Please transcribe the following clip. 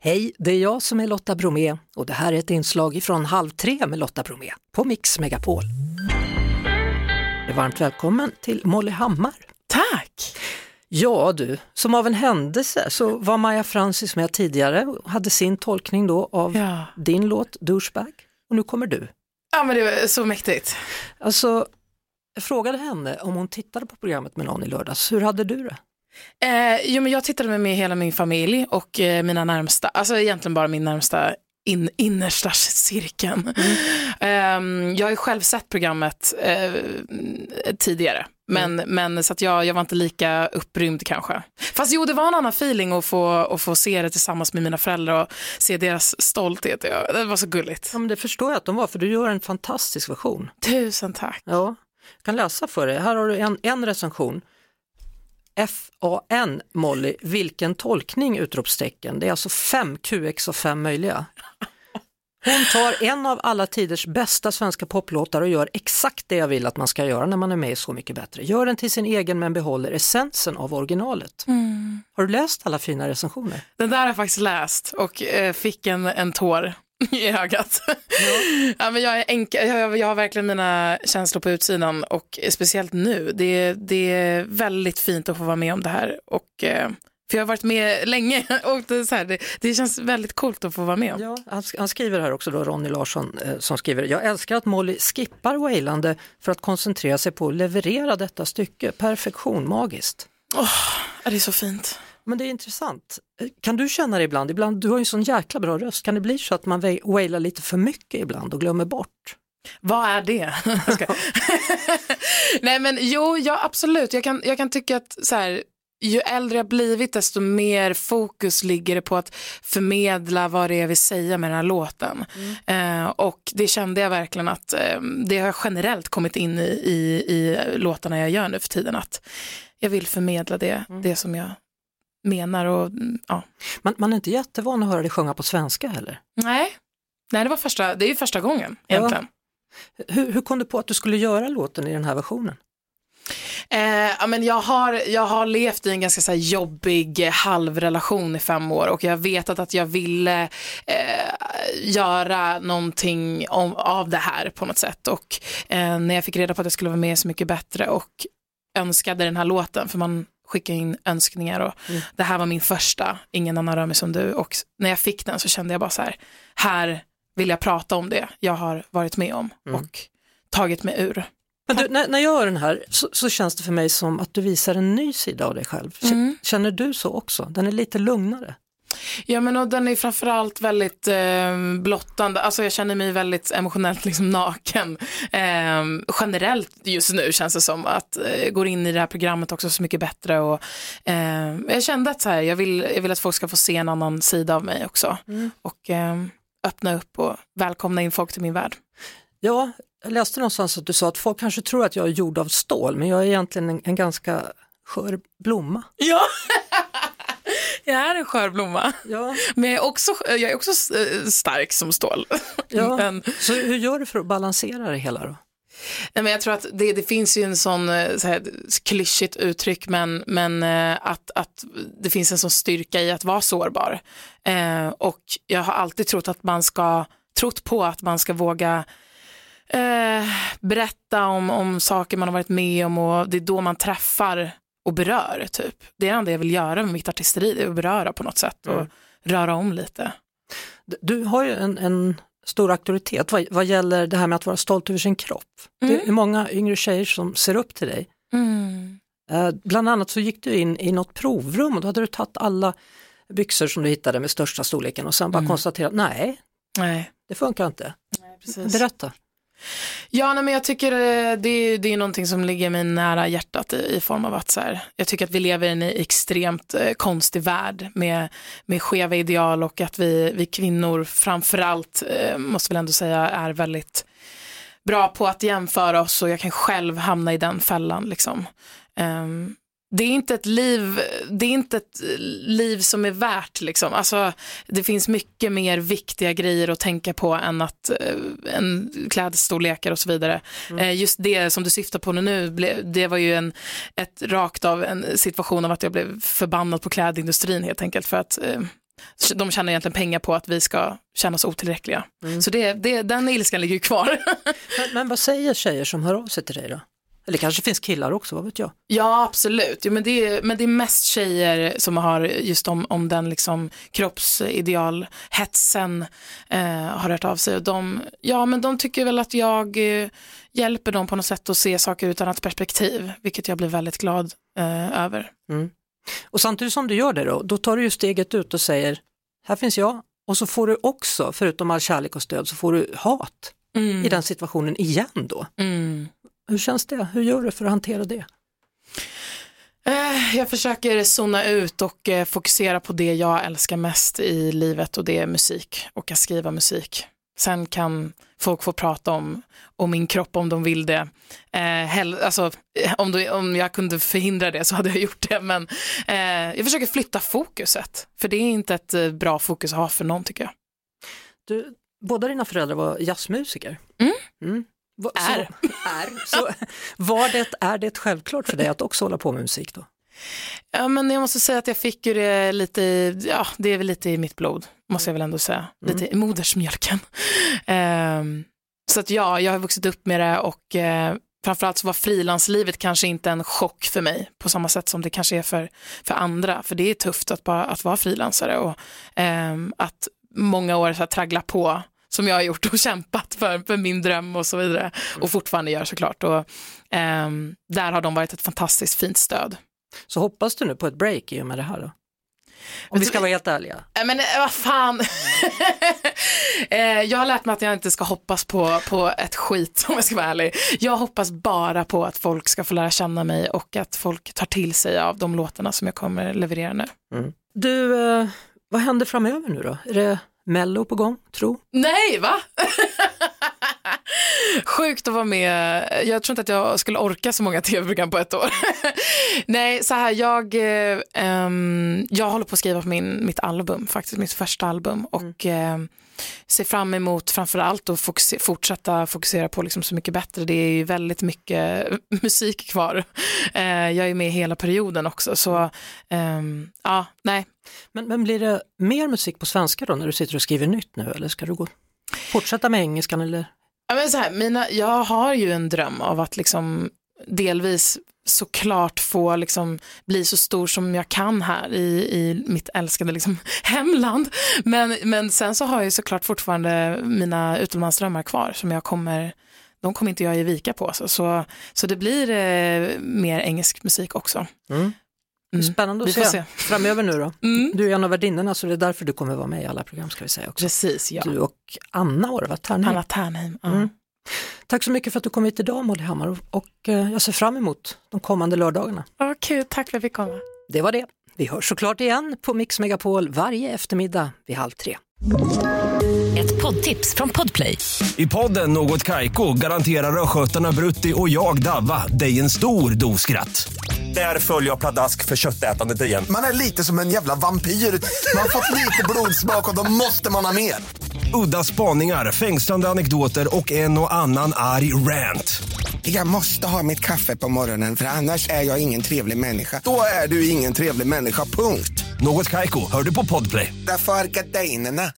Hej, det är jag som är Lotta Bromé och det här är ett inslag ifrån 2:30 med Lotta Bromé på Mix Megapol. Varmt välkommen till Molly Hammar. Tack! Ja du, som av en händelse så var Maja Francis med tidigare och hade sin tolkning då av din låt Douchebag och nu kommer du. Ja, men det var så mäktigt. Alltså, jag frågade henne om hon tittade på programmet med någon i lördags. Hur hade du det? Jo, men jag tittade med hela min familj och mina närmsta, alltså egentligen bara min närmsta innersta cirkeln. Jag har ju själv sett programmet tidigare, men så att jag var inte lika upprymd kanske. Fast jo, det var en annan feeling att få se det tillsammans med mina föräldrar och se deras stolthet. Det var så gulligt. Ja, men det förstår jag att de var, för du gör en fantastisk version. Tusen tack. Ja, jag kan läsa för dig. Här har du en recension. FAN Molly, vilken tolkning, utropstecken. Det är alltså 5 QX och 5 möjliga. Hon tar en av alla tiders bästa svenska poplåtar och gör exakt det jag vill att man ska göra när man är med i Så mycket bättre. Gör den till sin egen men behåller essensen av originalet. Har du läst alla fina recensioner? Den där har jag faktiskt läst och fick en tår i ögat. Ja, men jag har verkligen mina känslor på utsidan och speciellt nu. Det är väldigt fint att få vara med om det här och för jag har varit med länge och det känns väldigt coolt att få vara med om. Ja, han skriver här också då, Ronny Larsson som skriver: jag älskar att Molly skippar wailande för att koncentrera sig på att leverera detta stycke. Perfektion, magiskt. Det är så fint. Men det är intressant. Kan du känna det ibland, du har ju sån jäkla bra röst, kan det bli så att man wailar lite för mycket ibland och glömmer bort? Vad är det? Nej men jo, ja absolut. Jag kan tycka att så här, ju äldre jag blivit desto mer fokus ligger det på att förmedla vad det är vi säger med den här låten. Och det kände jag verkligen att det har generellt kommit in i låtarna jag gör nu för tiden, att jag vill förmedla det som jag menar. Och, ja. Man är inte jättevan att höra dig sjunga på svenska heller. Nej, det är ju första gången egentligen. Ja. Hur kom du på att du skulle göra låten i den här versionen? Men jag har levt i en ganska så här jobbig halvrelation i 5 år och jag vet att jag ville göra någonting av det här på något sätt, och när jag fick reda på att jag skulle vara med Så mycket bättre och önskade den här låten, för man skickar in önskningar och det här var min första, Ingen annan rör mig som du, och när jag fick den så kände jag bara här vill jag prata om det jag har varit med om och tagit mig ur. Men du, när jag gör den här så känns det för mig som att du visar en ny sida av dig själv. Känner du så också? Den är lite lugnare. Ja, men och den är framförallt väldigt blottande. Alltså jag känner mig väldigt emotionellt liksom naken. Generellt just nu känns det som att går in i det här programmet också Så mycket bättre. Och jag kände att jag vill att folk ska få se en annan sida av mig också. Och öppna upp och välkomna in folk till min värld. Ja, jag läste någonstans att du sa att folk kanske tror att jag är gjord av stål, men jag är egentligen en ganska skör blomma. Ja, jag är en skör blomma. Ja. Men jag är också stark som stål. Ja. Men, så hur gör du för att balansera det hela då? Nej, men jag tror att det finns ju en sån så här klyschigt uttryck, men att det finns en sån styrka i att vara sårbar. Och jag har alltid trott på att man ska våga berätta om saker man har varit med om, och det är då man träffar och berör typ. Det är det enda jag vill göra med mitt artisteri, det är att beröra på något sätt och röra om lite. Du har ju en stor auktoritet vad gäller det här med att vara stolt över sin kropp. Det är många yngre tjejer som ser upp till dig. Bland annat så gick du in i något provrum och då hade du tagit alla byxor som du hittade med största storleken och sen bara konstaterat, nej, det funkar inte. Nej, precis. Berätta. Ja, men jag tycker det är någonting som ligger mig nära hjärtat i form av att jag tycker att vi lever i en extremt konstig värld med skeva ideal, och att vi kvinnor framförallt måste väl ändå säga är väldigt bra på att jämföra oss, och jag kan själv hamna i den fällan liksom. Det är inte ett liv som är värt liksom. Alltså, det finns mycket mer viktiga grejer att tänka på än att en klädstorlekar och så vidare. Just det som du syftar på nu, det var ju ett rakt av en situation av att jag blev förbannad på klädindustrin helt enkelt, för att de tjänar egentligen pengar på att vi ska känna oss otillräckliga. Så den ilskan ligger ju kvar. Men vad säger tjejer som hör av sig till dig då? Eller kanske finns killar också, vad vet jag? Ja, absolut. Men det är mest tjejer som har just om den liksom kroppsidealhetsen har hört av sig. Och de tycker väl att jag hjälper dem på något sätt att se saker utan ett perspektiv, vilket jag blir väldigt glad över. Och samtidigt som du gör det då tar du ju steget ut och säger, här finns jag. Och så får du också, förutom all kärlek och stöd, så får du hat i den situationen igen då. Hur känns det? Hur gör du för att hantera det? Jag försöker zona ut och fokusera på det jag älskar mest i livet, och det är musik och att skriva musik. Sen kan folk få prata om min kropp om de vill det. Alltså, om jag kunde förhindra det så hade jag gjort det. Men jag försöker flytta fokuset. För det är inte ett bra fokus att ha för någon, tycker jag. Båda dina föräldrar var jazzmusiker. Så är det självklart för dig att också hålla på med musik då? Ja, men jag måste säga att jag fick ju det lite, det är väl lite i mitt blod, måste jag väl ändå säga. Lite i modersmjölken. Så att jag har vuxit upp med det, och framförallt så var frilanslivet kanske inte en chock för mig på samma sätt som det kanske är för andra. För det är tufft att vara frilansare, och att många år så här traggla på som jag har gjort och kämpat för min dröm och så vidare, och fortfarande gör såklart. Och där har de varit ett fantastiskt fint stöd. Så hoppas du nu på ett break i och med det här då? Om vi ska vara helt ärliga. Men vad fan. Jag har lärt mig att jag inte ska hoppas på ett skit, om jag ska vara ärlig. Jag hoppas bara på att folk ska få lära känna mig, och att folk tar till sig av de låtarna som jag kommer leverera nu. Du, vad händer framöver nu då? Är det Mello på gång, tro? Nej, va? Sjukt att vara med. Jag tror inte att jag skulle orka så många tv-program på ett år. Nej, så här, jag håller på att skriva på mitt album, faktiskt mitt första album, och ser fram emot framförallt att fortsätta fokusera på liksom Så mycket bättre. Det är ju väldigt mycket musik kvar. Jag är med hela perioden också, så nej. Men blir det mer musik på svenska då när du sitter och skriver nytt nu, eller ska du fortsätta med engelskan eller? Ja, men så här, jag har ju en dröm av att liksom delvis såklart få liksom bli så stor som jag kan här i mitt älskade liksom hemland, men sen så har jag ju såklart fortfarande mina utomlandsdrömmar kvar som de kommer inte jag ge vika på, så det blir mer engelsk musik också. Spännande att se framöver nu då. Du är en av värdinnorna, så det är därför du kommer vara med i alla program, ska vi säga också. Precis, ja. Du och Anna Ternheim. Anna Ternheim, Tack så mycket för att du kom hit idag, Molly Hammar, och jag ser fram emot de kommande lördagarna. Kul, tack för att vi kom. Det var det. Vi hörs såklart igen på Mix Megapol varje eftermiddag vid 14:30. Ett poddtips från Podplay. I podden Något Kaiko garanterar östgötarna Brutti och jag Davva dig en stor doskratt. Där följer jag pladask för köttätandet igen. Man är lite som en jävla vampyr. Man har fått lite blodsmak och då måste man ha mer. Udda spaningar, fängslande anekdoter och en och annan arg rant. Jag måste ha mitt kaffe på morgonen, för annars är jag ingen trevlig människa. Då är du ingen trevlig människa, punkt. Något Kaiko, hör du på Podplay. Därför är gardinerna.